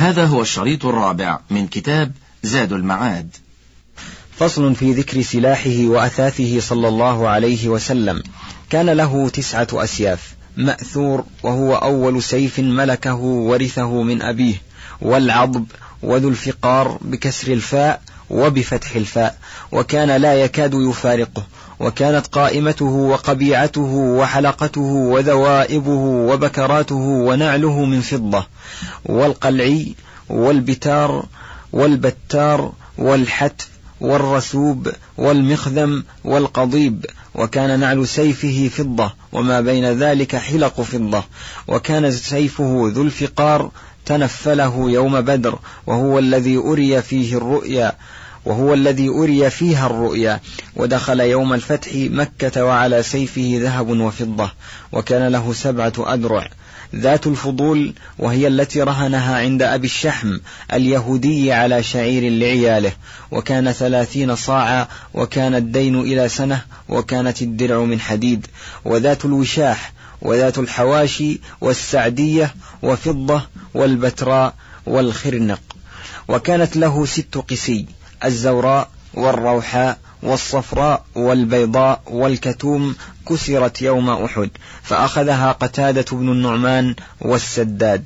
هذا هو الشريط الرابع من كتاب زاد المعاد. فصل في ذكر سلاحه وأثاثه صلى الله عليه وسلم. كان له 9 أسياف: مأثور، وهو أول سيف ملكه ورثه من أبيه، والعضب، وذو الفقار بكسر الفاء وبفتح الفاء، وكان لا يكاد يفارقه، وكانت قائمته وقبيعته وحلقته وذوائبه وبكراته ونعله من فضة، والقلعي والبتار والبتار والحتف والرسوب والمخذم والقضيب، وكان نعل سيفه فضة، وما بين ذلك حلق فضة. وكان سيفه ذو الفقار تنفله يوم بدر، وهو الذي أري فيها الرؤيا، ودخل يوم الفتح مكة وعلى سيفه ذهب وفضة. وكان له 7 أدرع: ذات الفضول، وهي التي رهنها عند أبي الشحم اليهودي على شعير لعياله، وكان 30 صاعا، وكان الدين إلى سنة، وكانت الدرع من حديد. وذات الوشاح، وذات الحواشي، والسعدية، وفضة، والبتراء، والخرنق. وكانت له 6 قسي: الزوراء والروحاء والصفراء والبيضاء والكتوم، كسرت يوم أحد، فأخذها قتادة بن النعمان والسداد.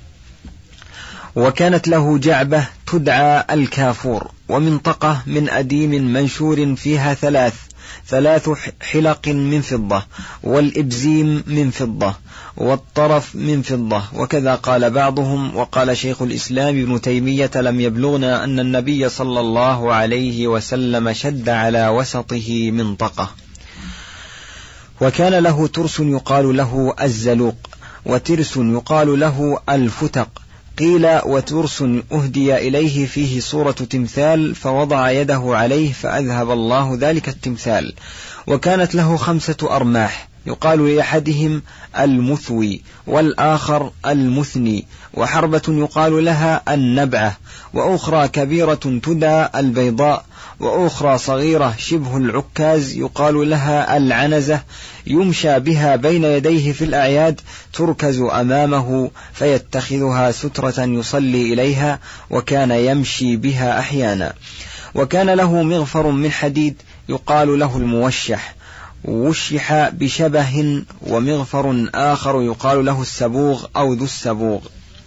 وكانت له جعبة تدعى الكافور، ومنطقة من أديم منشور فيها 3 حلق من فضة، والإبزيم من فضة، والطرف من فضة. وكذا قال بعضهم. وقال شيخ الإسلام ابن تيمية: لم يبلغنا أن النبي صلى الله عليه وسلم شد على وسطه منطقة. وكان له ترس يقال له الزلوق، وترس يقال له الفتق. قيل: وترس أهدي إليه فيه صورة تمثال، فوضع يده عليه فأذهب الله ذلك التمثال. وكانت له 5 أرماح، يقال لأحدهم المثوي، والآخر المثني، وحربة يقال لها النبعة، وأخرى كبيرة تدعى البيضاء، وأخرى صغيرة شبه العكاز يقال لها العنزة، يمشى بها بين يديه في الأعياد، تركز أمامه فيتخذها سترة يصلي إليها، وكان يمشي بها أحيانا. وكان له مغفر من حديد يقال له الموشح، وشح بشبه، ومغفر آخر يقال له السبوغ أو ذو السبوغ.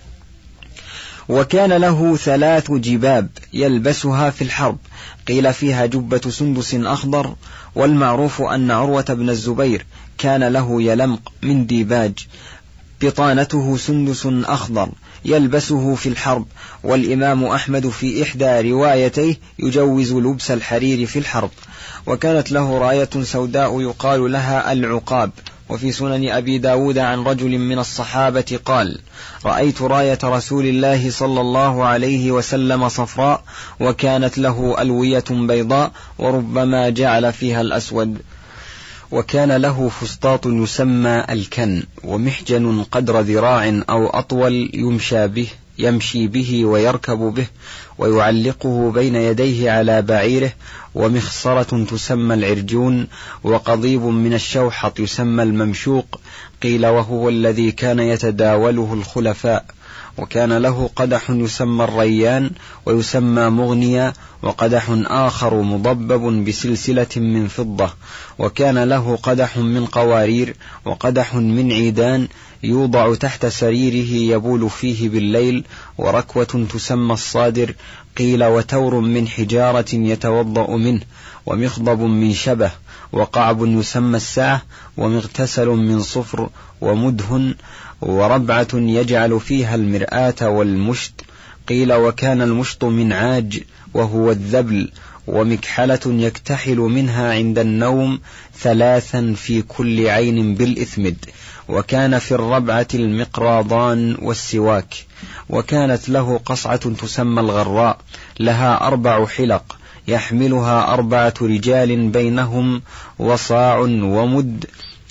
وكان له 3 جباب يلبسها في الحرب، قيل فيها جبة سندس أخضر. والمعروف أن عروة بن الزبير كان له يلمق من ديباج، بطانته سندس أخضر، يلبسه في الحرب. والإمام أحمد في إحدى روايتيه يجوز لبس الحرير في الحرب. وكانت له راية سوداء يقال لها العقاب. وفي سنن أبي داود عن رجل من الصحابة قال: رأيت راية رسول الله صلى الله عليه وسلم صفراء، وكانت له ألوية بيضاء، وربما جعل فيها الأسود. وكان له فسطاط يسمى الكن، ومحجن قدر ذراع أو أطول يمشي به ويركب به، ويعلقه بين يديه على بعيره، ومخصرة تسمى العرجون، وقضيب من الشوحط يسمى الممشوق. قيل: وهو الذي كان يتداوله الخلفاء. وكان له قدح يسمى الريان، ويسمى مغنيا، وقدح آخر مضبب بسلسلة من فضة. وكان له قدح من قوارير، وقدح من عيدان يوضع تحت سريره يبول فيه بالليل، وركوة تسمى الصادر. قيل: وتور من حجارة يتوضأ منه، ومخضب من شبه، وقعب يسمى الساعة، ومغتسل من صفر، ومدهن، وربعة يجعل فيها المرآة والمشط. قيل: وكان المشط من عاج، وهو الذبل، ومكحلة يكتحل منها عند النوم 3 في كل عين بالإثمد. وكان في الربعة المقراضان والسواك. وكانت له قصعة تسمى الغراء، لها 4 حلق، يحملها 4 رجال بينهم وصاع ومد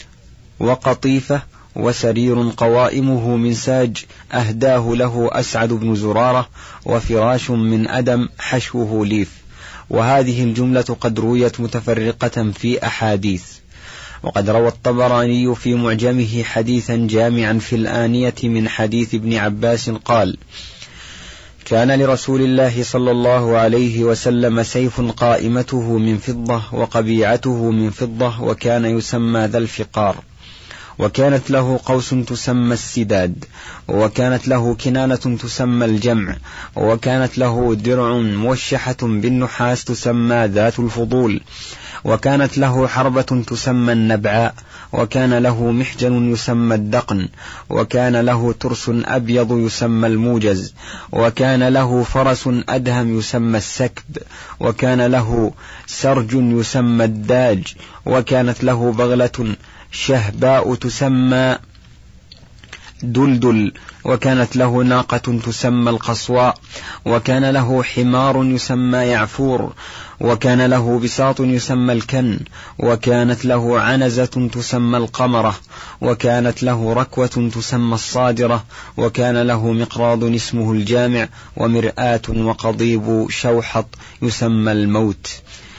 وقطيفة وسرير قوائمه من ساج، أهداه له أسعد بن زرارة، وفراش من أدم حشوه ليف. وهذه الجملة قد رويت متفرقة في أحاديث. وقد روى الطبراني في معجمه حديثا جامعا في الآنية من حديث ابن عباس قال: كان لرسول الله صلى الله عليه وسلم سيف قائمته من فضة وقبيعته من فضة، وكان يسمى ذا الفقار، وكانت له قوس تسمى السداد، وكانت له كنانة تسمى الجمع، وكانت له درع موشحة بالنحاس تسمى ذات الفضول، وكانت له حربة تسمى النبعاء، وكان له محجن يسمى الدقن، وكان له ترس أبيض يسمى الموجز، وكان له فرس أدهم يسمى السكب، وكان له سرج يسمى الداج، وكانت له بغلة شهباء تسمى دلدل، وكانت له ناقة تسمى القصواء، وكان له حمار يسمى يعفور، وكان له بساط يسمى الكن، وكانت له عنزة تسمى القمرة، وكانت له ركوة تسمى الصادرة، وكان له مقراض اسمه الجامع، ومرآة وقضيب شوحط يسمى الموت.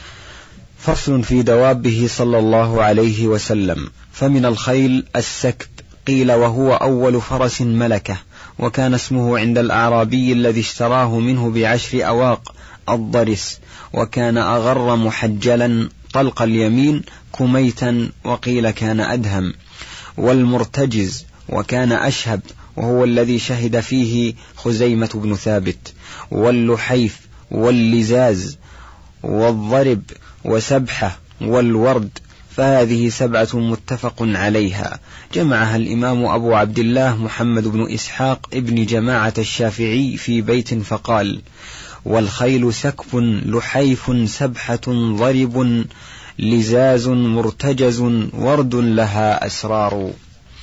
فصل في دوابه صلى الله عليه وسلم. فمن الخيل السكب، قيل وهو أول فرس ملكه، وكان اسمه عند الأعرابي الذي اشتراه منه ب10 أواق الضرس، وكان أغر محجلا طلق اليمين كميتا، وقيل كان أدهم. والمرتجز، وكان أشهب، وهو الذي شهد فيه خزيمة بن ثابت. واللحيف واللزاز والضرب وسبحة والورد، فهذه 7 متفق عليها، جمعها الإمام أبو عبد الله محمد بن إسحاق ابن جماعة الشافعي في بيت فقال: والخيل سكب لحيف سبحة ضرب لزاز مرتجز ورد لها أسرار.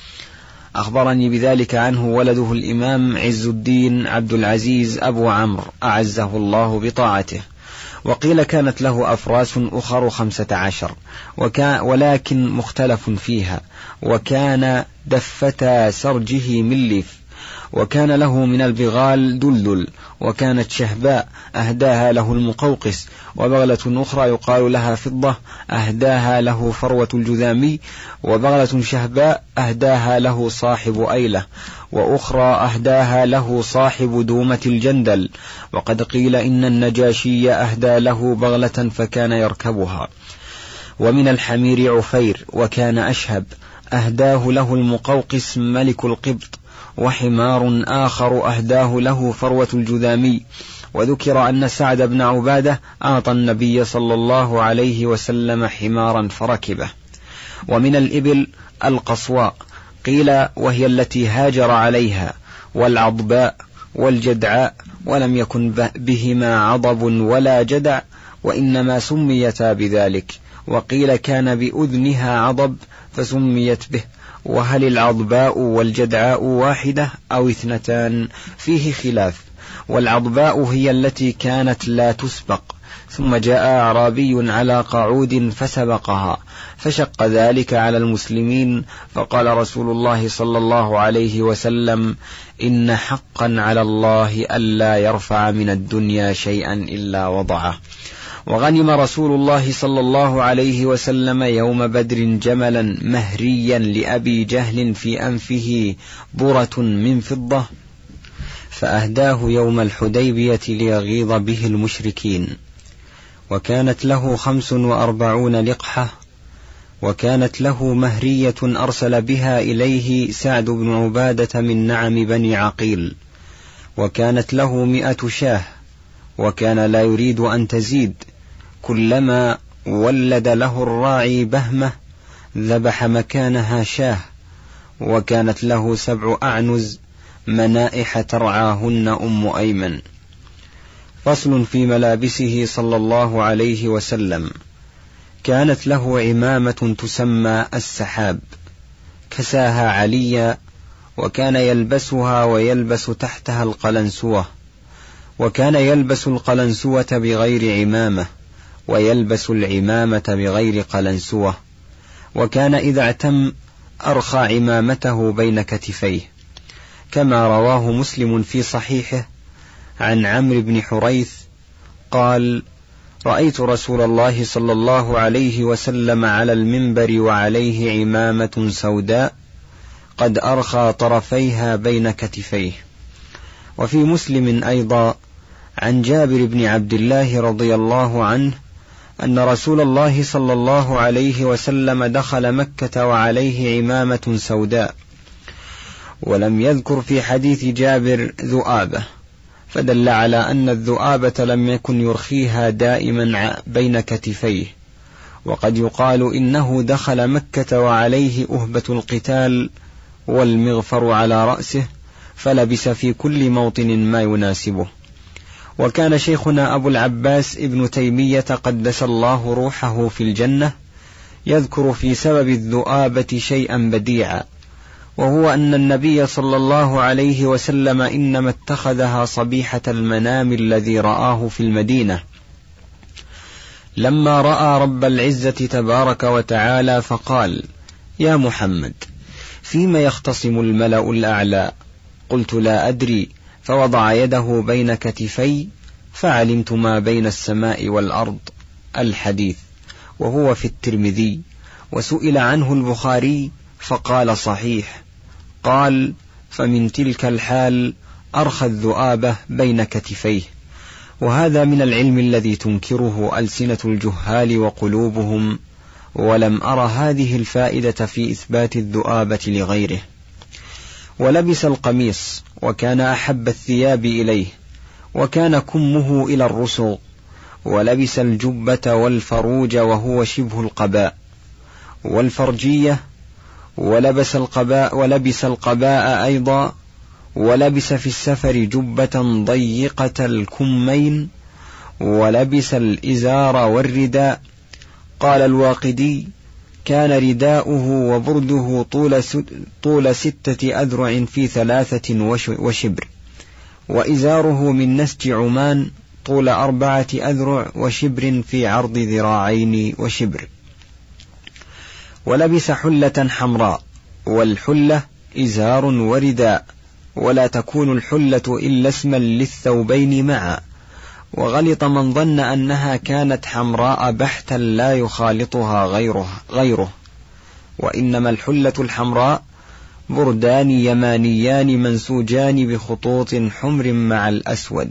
أخبرني بذلك عنه ولده الإمام عز الدين عبد العزيز أبو عمرو أعزه الله بطاعته. وقيل كانت له أفراس أخر 15، ولكن مختلف فيها، وكان دفتا سرجه من ليف، وكان له من البغال دلدل، وكانت شهباء أهداها له المقوقس، وبغلة أخرى يقال لها فضة أهداها له فروة الجذامي، وبغلة شهباء أهداها له صاحب أيلة، وأخرى أهداها له صاحب دومة الجندل. وقد قيل إن النجاشي أهدى له بغلة فكان يركبها. ومن الحمير عفير، وكان أشهب أهداه له المقوقس ملك القبط، وحمار آخر أهداه له فروة الجذامي. وذكر أن سعد بن عبادة أعطى النبي صلى الله عليه وسلم حمارا فركبه. ومن الإبل القصواء، قيل وهي التي هاجر عليها، والعضباء والجدعاء، ولم يكن بهما عضب ولا جدع، وإنما سميتا بذلك. وقيل كان بأذنها عضب فسميت به. وهل العضباء والجدعاء واحدة أو 2 فيه خلاف. والعضباء هي التي كانت لا تسبق، ثم جاء أعرابي على قعود فسبقها، فشق ذلك على المسلمين، فقال رسول الله صلى الله عليه وسلم: إن حقا على الله ألا يرفع من الدنيا شيئا إلا وضعه. وغنم رسول الله صلى الله عليه وسلم يوم بدر جملا مهريا لأبي جهل في أنفه برة من فضة، فأهداه يوم الحديبية ليغيظ به المشركين. وكانت له 45 لقحة، وكانت له مهرية أرسل بها إليه سعد بن عبادة من نعم بني عقيل. وكانت له 100 شاه، وكان لا يريد أن تزيد، كلما ولد له الراعي بهمة ذبح مكانها شاه. وكانت له 7 أعنز منائح ترعاهن أم أيمن. فصل في ملابسه صلى الله عليه وسلم. كانت له عمامة تسمى السحاب، كساها عليا، وكان يلبسها ويلبس تحتها القلنسوة، وكان يلبس القلنسوة بغير عمامة، ويلبس العمامة بغير قلنسوة. وكان إذا اعتم أرخى عمامته بين كتفيه، كما رواه مسلم في صحيحه عن عمرو بن حريث قال: رأيت رسول الله صلى الله عليه وسلم على المنبر وعليه عمامة سوداء قد أرخى طرفيها بين كتفيه. وفي مسلم أيضا عن جابر بن عبد الله رضي الله عنه أن رسول الله صلى الله عليه وسلم دخل مكة وعليه عمامة سوداء، ولم يذكر في حديث جابر ذؤابة، فدل على أن الذؤابة لم يكن يرخيها دائما بين كتفيه. وقد يقال إنه دخل مكة وعليه أهبة القتال والمغفر على رأسه، فلبس في كل موطن ما يناسبه. وكان شيخنا أبو العباس ابن تيمية قدس الله روحه في الجنة يذكر في سبب الذؤابة شيئا بديعا، وهو أن النبي صلى الله عليه وسلم إنما اتخذها صبيحة المنام الذي رآه في المدينة لما رأى رب العزة تبارك وتعالى، فقال: يا محمد، فيما يختصم الملأ الأعلى؟ قلت: لا أدري. فوضع يده بين كتفي فعلمت ما بين السماء والأرض. الحديث، وهو في الترمذي، وسئل عنه البخاري فقال: صحيح. قال: فمن تلك الحال أرخى الذؤابة بين كتفيه. وهذا من العلم الذي تنكره ألسنة الجهال وقلوبهم، ولم أرى هذه الفائدة في إثبات الذؤابة لغيره. ولبس القميص، وكان أحب الثياب إليه، وكان كمه إلى الرسغ. ولبس الجبة والفروج، وهو شبه القباء والفرجية. ولبس القباء أيضا. ولبس في السفر جبة ضيقة الكمين. ولبس الإزار والرداء. قال الواقدي: كان رداؤه وبرده طول 6 أذرع في 3 وشبر، وإزاره من نسج عمان طول 4 أذرع وشبر في عرض 2 وشبر. ولبس حلة حمراء، والحلة إزار ورداء، ولا تكون الحلة إلا اسما للثوبين معا. وغلط من ظن أنها كانت حمراء بحتا لا يخالطها غيره، وإنما الحلة الحمراء بردان يمانيان منسوجان بخطوط حمر مع الأسود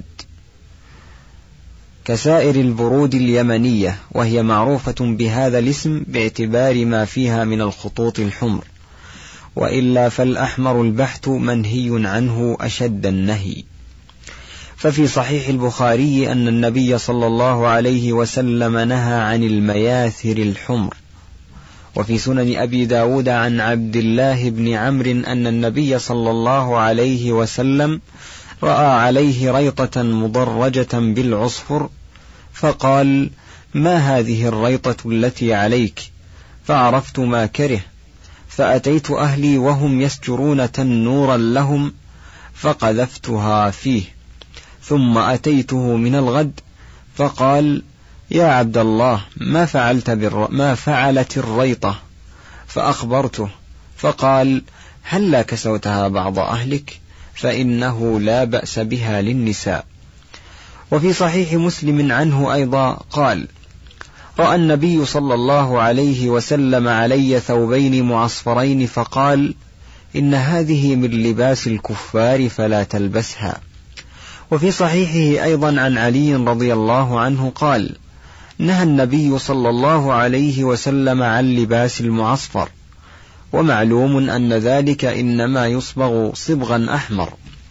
كسائر البرود اليمنية، وهي معروفة بهذا الاسم باعتبار ما فيها من الخطوط الحمر، وإلا فالأحمر البحت منهي عنه أشد النهي. ففي صحيح البخاري أن النبي صلى الله عليه وسلم نهى عن المياثر الحمر. وفي سنن أبي داود عن عبد الله بن عمرو أن النبي صلى الله عليه وسلم رأى عليه ريطة مضرجة بالعصفر، فقال: ما هذه الريطة التي عليك؟ فعرفت ما كره، فأتيت أهلي وهم يسجرون تنورا لهم فقذفتها فيه، ثم أتيته من الغد فقال: يا عبد الله، ما فعلت الريطة؟ فأخبرته، فقال: هلا كسوتها بعض أهلك؟ فإنه لا بأس بها للنساء. وفي صحيح مسلم عنه أيضا قال: رأى النبي صلى الله عليه وسلم علي ثوبين معصفرين، فقال: إن هذه من لباس الكفار فلا تلبسها. وفي صحيحه أيضا عن علي رضي الله عنه قال: نهى النبي صلى الله عليه وسلم عن لباس المعصفر، ومعلوم أن ذلك إنما يصبغ صبغا أحمر.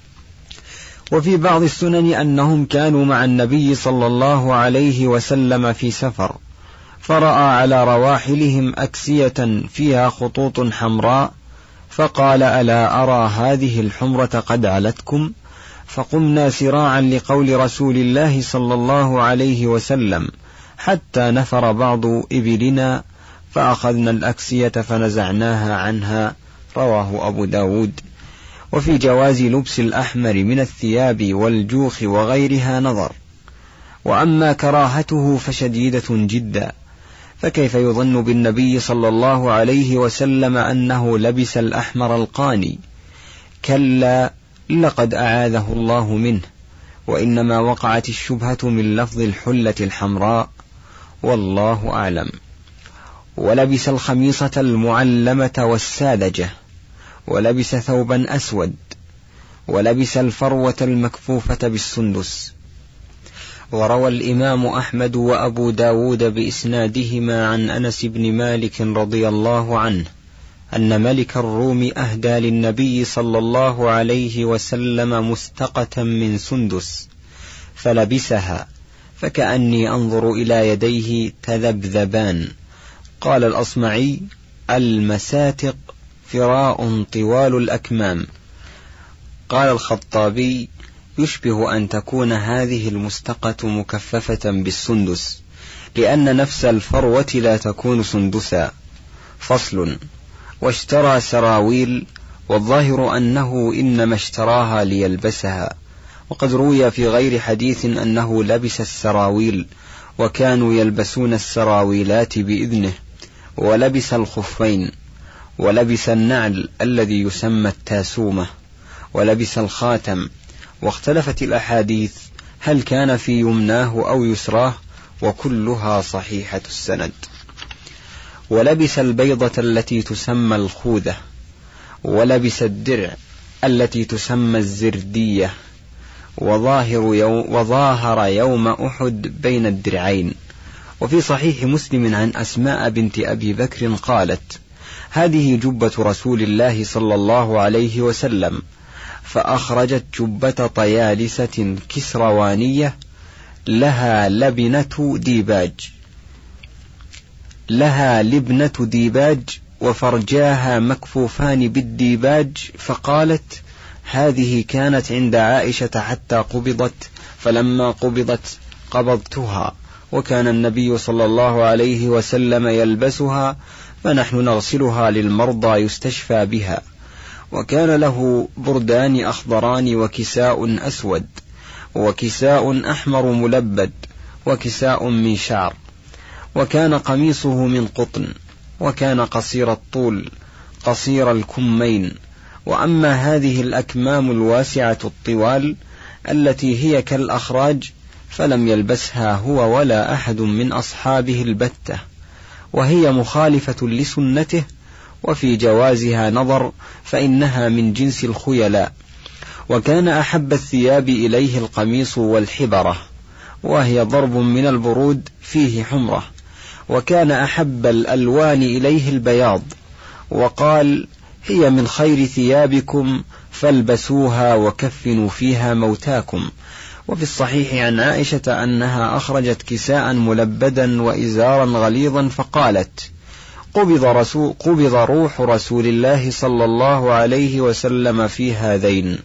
وفي بعض السنن أنهم كانوا مع النبي صلى الله عليه وسلم في سفر، فرأى على رواحلهم أكسية فيها خطوط حمراء، فقال: ألا أرى هذه الحمرة قد علتكم؟ فقمنا سراعا لقول رسول الله صلى الله عليه وسلم، حتى نفر بعض إبلنا، فأخذنا الأكسية فنزعناها عنها. رواه أبو داود. وفي جواز لبس الأحمر من الثياب والجوخ وغيرها نظر، وأما كراهته فشديدة جدا، فكيف يظن بالنبي صلى الله عليه وسلم أنه لبس الأحمر القاني؟ كلا، لقد أعاذه الله منه، وإنما وقعت الشبهة من لفظ الحلة الحمراء، والله أعلم. ولبس الخميصة المعلمة والساذجة، ولبس ثوبا أسود، ولبس الفروة المكفوفة بالسندس. وروى الإمام أحمد وأبو داود بإسنادهما عن أنس بن مالك رضي الله عنه أن ملك الروم أهدى للنبي صلى الله عليه وسلم مستقة من سندس فلبسها فكأني أنظر إلى يديه تذبذبان. قال الأصمعي: المساتق فراء طوال الأكمام. قال الخطابي: يشبه أن تكون هذه المستقة مكففة بالسندس، لأن نفس الفروة لا تكون سندسا. فصل. واشترى سراويل، والظاهر أنه إنما اشتراها ليلبسها، وقد روي في غير حديث أنه لبس السراويل، وكانوا يلبسون السراويلات بإذنه. ولبس الخفين، ولبس النعل الذي يسمى التاسومة، ولبس الخاتم. واختلفت الأحاديث هل كان في يمناه أو يسراه، وكلها صحيحة السند. ولبس البيضة التي تسمى الخوذة، ولبس الدرع التي تسمى الزردية، وظاهر يوم أحد بين الدرعين. وفي صحيح مسلم عن أسماء بنت أبي بكر قالت: هذه جبة رسول الله صلى الله عليه وسلم، فأخرجت جبة طيالسة كسروانية لها لبنة ديباج وفرجاها مكفوفان بالديباج، فقالت: هذه كانت عند عائشة حتى قبضت، فلما قبضت قبضتها، وكان النبي صلى الله عليه وسلم يلبسها، فنحن نغسلها للمرضى يستشفى بها. وكان له بردان أخضران، وكساء أسود، وكساء أحمر ملبد، وكساء من شعر. وكان قميصه من قطن، وكان قصير الطول قصير الكمين. وأما هذه الأكمام الواسعة الطوال التي هي كالأخراج فلم يلبسها هو ولا أحد من أصحابه البتة، وهي مخالفة لسنته، وفي جوازها نظر، فإنها من جنس الخيلاء. وكان أحب الثياب إليه القميص والحبرة، وهي ضرب من البرود فيه حمرة. وكان أحب الألوان إليه البياض، وقال: هي من خير ثيابكم فالبسوها وكفنوا فيها موتاكم. وفي الصحيح عن عائشة أنها أخرجت كساء ملبدا وإزارا غليظا، فقالت: قبض روح رسول الله صلى الله عليه وسلم في هذين.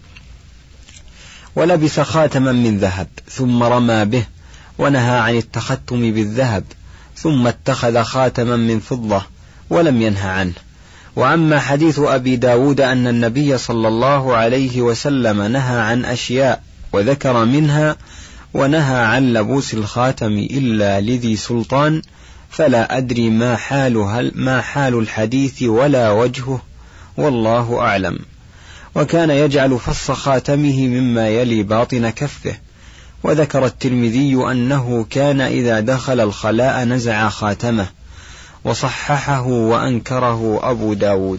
ولبس خاتما من ذهب ثم رمى به، ونهى عن التختم بالذهب، ثم اتخذ خاتما من فضة ولم ينه عنه. وأما حديث أبي داود أن النبي صلى الله عليه وسلم نهى عن أشياء وذكر منها: ونهى عن لبوس الخاتم إلا لذي سلطان، فلا أدري ما حال الحديث ولا وجهه، والله أعلم. وكان يجعل فص خاتمه مما يلي باطن كفه. وذكر الترمذي أنه كان إذا دخل الخلاء نزع خاتمه، وصححه وأنكره أبو داود.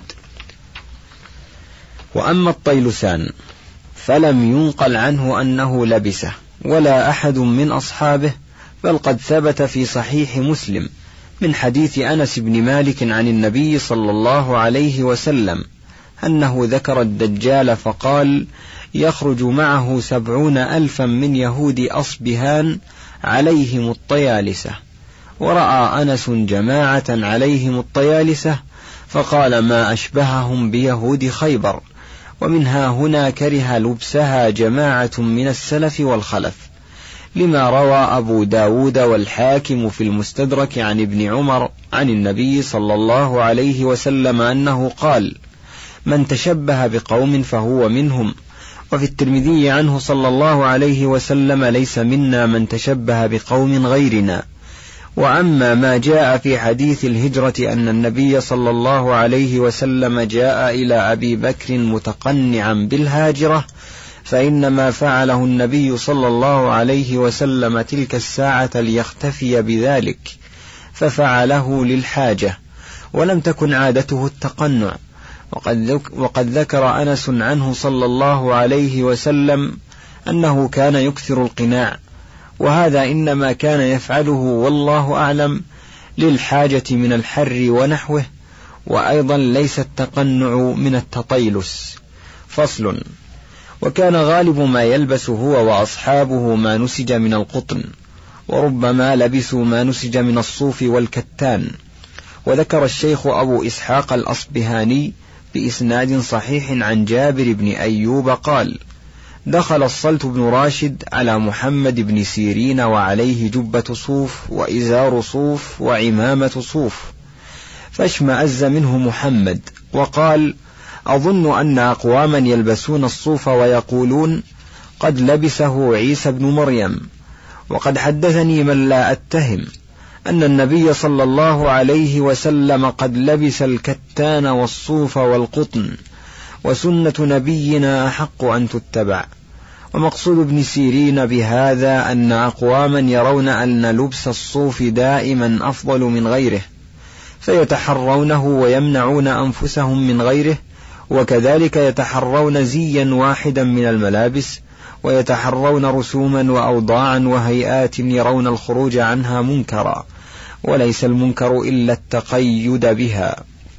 وأما الطيلسان فلم ينقل عنه أنه لبسه ولا أحد من أصحابه، بل قد ثبت في صحيح مسلم من حديث أنس بن مالك عن النبي صلى الله عليه وسلم أنه ذكر الدجال فقال: يخرج معه 70,000 من يهود أصبهان عليهم الطيالسة. ورأى أنس جماعة عليهم الطيالسة فقال: ما أشبههم بيهود خيبر. ومنها هنا كره لبسها جماعة من السلف والخلف، لما روى أبو داود والحاكم في المستدرك عن ابن عمر عن النبي صلى الله عليه وسلم أنه قال: من تشبه بقوم فهو منهم. وفي الترمذي عنه صلى الله عليه وسلم: ليس منا من تشبه بقوم غيرنا. وأما ما جاء في حديث الهجرة أن النبي صلى الله عليه وسلم جاء إلى أبي بكر متقنعا بالهاجرة، فإنما فعله النبي صلى الله عليه وسلم تلك الساعة ليختفي بذلك، ففعله للحاجة، ولم تكن عادته التقنع. وقد ذكر أنس عنه صلى الله عليه وسلم أنه كان يكثر القناع، وهذا إنما كان يفعله والله أعلم للحاجة من الحر ونحوه، وأيضا ليس التقنع من التطيلس. فصل. وكان غالب ما يلبس هو وأصحابه ما نسج من القطن، وربما لبسوا ما نسج من الصوف والكتان. وذكر الشيخ أبو إسحاق الأصبهاني بإسناد صحيح عن جابر بن أيوب قال: دخل الصلت بن راشد على محمد بن سيرين وعليه جبة صوف وإزار صوف وعمامة صوف، فاشمأز منه محمد وقال: أظن أن أقواما يلبسون الصوف ويقولون قد لبسه عيسى بن مريم. وقد حدثني من لا أتهم أن النبي صلى الله عليه وسلم قد لبس الكتان والصوف والقطن، وسنة نبينا أحق أن تتبع. ومقصود ابن سيرين بهذا أن أقواما يرون أن لبس الصوف دائما أفضل من غيره، فيتحرونه ويمنعون أنفسهم من غيره، وكذلك يتحرون زيا واحدا من الملابس، ويتحرون رسوما وأوضاعا وهيئات يرون الخروج عنها منكرا، وليس المنكر إلا التقيد بها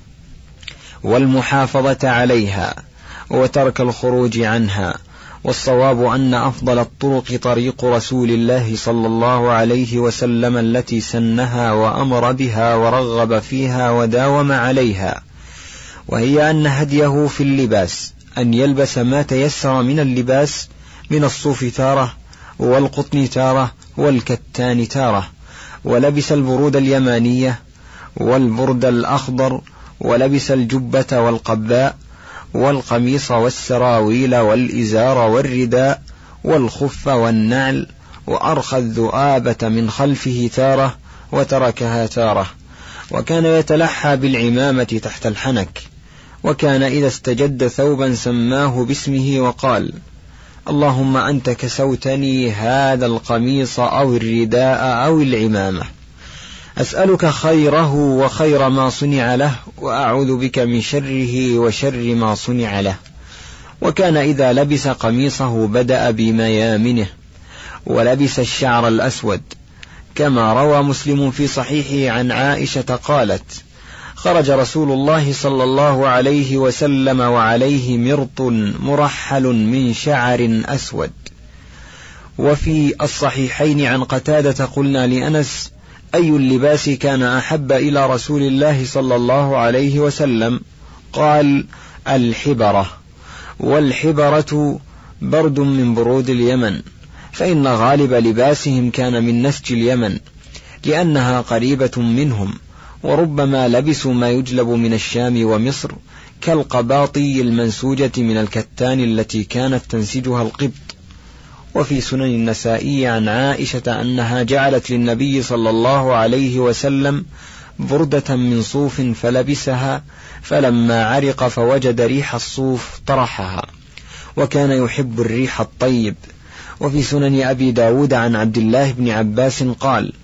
والمحافظة عليها وترك الخروج عنها. والصواب أن أفضل الطرق طريق رسول الله صلى الله عليه وسلم التي سنها وأمر بها ورغب فيها وداوم عليها، وهي أن هديه في اللباس أن يلبس ما تيسر من اللباس من الصوف تارة، والقطن تارة، والكتان تارة، ولبس البرود اليمانية والبرد الأخضر، ولبس الجبة والقباء والقميص والسراويل والإزار والرداء والخف والنعل، وأرخى الذؤابة من خلفه تارة وتركها تارة. وكان يتلحى بالعمامة تحت الحنك، وكان إذا استجد ثوبا سماه باسمه وقال: اللهم أنت كسوتني هذا القميص أو الرداء أو العمامة، أسألك خيره وخير ما صنع له، وأعوذ بك من شره وشر ما صنع له. وكان إذا لبس قميصه بدأ بميامنه، ولبس الشعر الأسود، كما روى مسلم في صحيحه عن عائشة قالت: خرج رسول الله صلى الله عليه وسلم وعليه مرط مرحل من شعر أسود. وفي الصحيحين عن قتادة قلنا لأنس: أي اللباس كان أحب إلى رسول الله صلى الله عليه وسلم؟ قال: الحبرة. والحبرة برد من برود اليمن، فإن غالب لباسهم كان من نسج اليمن لأنها قريبة منهم، وربما لبسوا ما يجلب من الشام ومصر كالقباطي المنسوجة من الكتان التي كانت تنسجها القبط. وفي سنن النسائي عن عائشة أنها جعلت للنبي صلى الله عليه وسلم بردة من صوف فلبسها، فلما عرق فوجد ريح الصوف طرحها، وكان يحب الريح الطيب. وفي سنن أبي داود عن عبد الله بن عباس قال: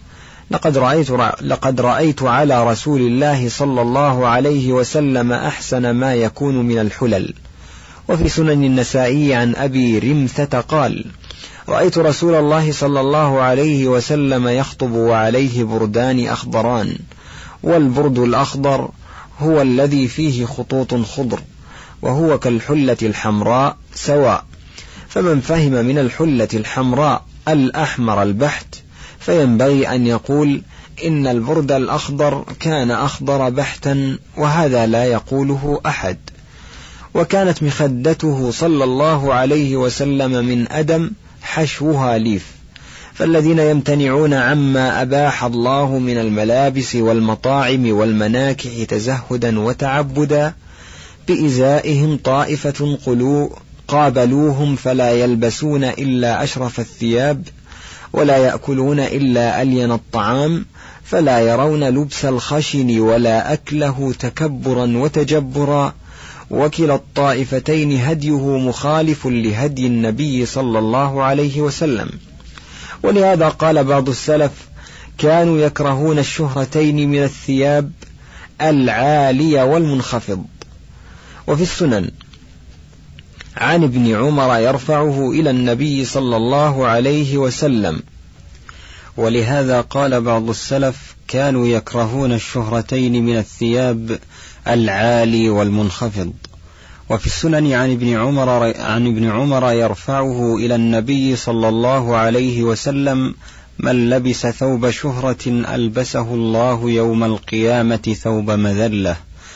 لقد رأيت على رسول الله صلى الله عليه وسلم أحسن ما يكون من الحلل. وفي سنن النسائي عن أبي رمثة قال: رأيت رسول الله صلى الله عليه وسلم يخطب وعليه بردان أخضران، والبرد الأخضر هو الذي فيه خطوط خضر، وهو كالحلة الحمراء سواء. فمن فهم من الحلة الحمراء الأحمر البحت فينبغي أن يقول إن البرد الأخضر كان أخضر بحتا، وهذا لا يقوله أحد. وكانت مخدته صلى الله عليه وسلم من أدم حشوها ليف. فالذين يمتنعون عما أباح الله من الملابس والمطاعم والمناكح تزهدا وتعبدا بإزائهم طائفة قابلوهم فلا يلبسون إلا أشرف الثياب، ولا يأكلون إلا ألين الطعام، فلا يرون لبس الخشن ولا أكله تكبرا وتجبرا، وكلا الطائفتين هديه مخالف لهدي النبي صلى الله عليه وسلم. ولهذا قال بعض السلف: كانوا يكرهون الشهرتين من الثياب، العالي والمنخفض. وفي السنن عن ابن عمر يرفعه إلى النبي صلى الله عليه وسلم، ولهذا قال بعض السلف كانوا يكرهون الشهرتين من الثياب العالي والمنخفض. وفي السنن عن ابن عمر يرفعه إلى النبي صلى الله عليه وسلم: من لبس ثوب شهرة ألبسه الله يوم القيامة ثوب مذلة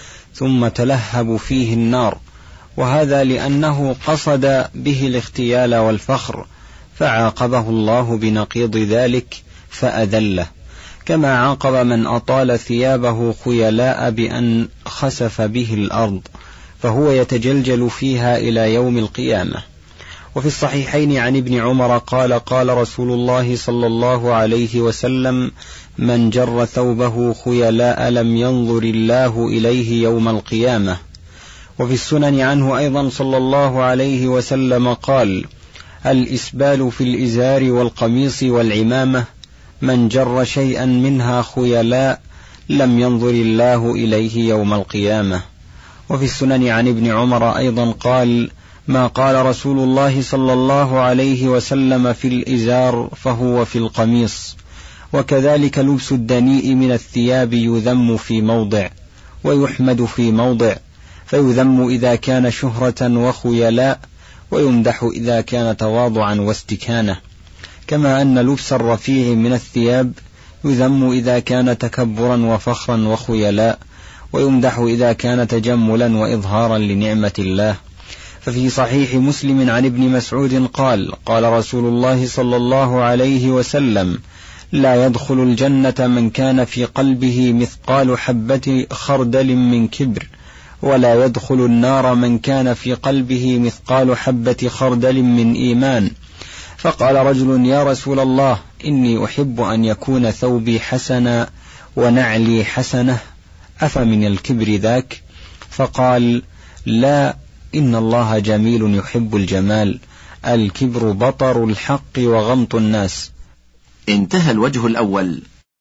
ثم تلهب فيه النار، وهذا لأنه قصد به الاختيال والفخر، فعاقبه الله بنقيض ذلك فأذله، كما عاقب من أطال ثيابه خيلاء بأن خسف به الأرض، فهو يتجلجل فيها إلى يوم القيامة. وفي الصحيحين عن ابن عمر قال: قال رسول الله صلى الله عليه وسلم: من جر ثوبه خيلاء لم ينظر الله إليه يوم القيامة. وفي السنن عنه أيضا صلى الله عليه وسلم قال: الإسبال في الإزار والقميص والعمامة، من جر شيئا منها خيلاء لم ينظر الله إليه يوم القيامة. وفي السنن عن ابن عمر أيضا قال: ما قال رسول الله صلى الله عليه وسلم في الإزار فهو في القميص. وكذلك لبس الدنيء من الثياب يذم في موضع ويحمد في موضع، فيذم إذا كان شهرة وخيلاء، ويمدح إذا كان تواضعا واستكانة. كما أن لبس الرفيع من الثياب يذم إذا كان تكبرا وفخرا وخيلاء، ويمدح إذا كان تجملا وإظهارا لنعمة الله. ففي صحيح مسلم عن ابن مسعود قال: قال رسول الله صلى الله عليه وسلم: لا يدخل الجنة من كان في قلبه مثقال حبة خردل من كبر، ولا يدخل النار من كان في قلبه مثقال حبة خردل من إيمان. فقال رجل: يا رسول الله، إني أحب أن يكون ثوبي حسنا ونعلي حسنة، أفمن الكبر ذاك؟ فقال: لا، إن الله جميل يحب الجمال، الكبر بطر الحق وغمط الناس. انتهى الوجه الأول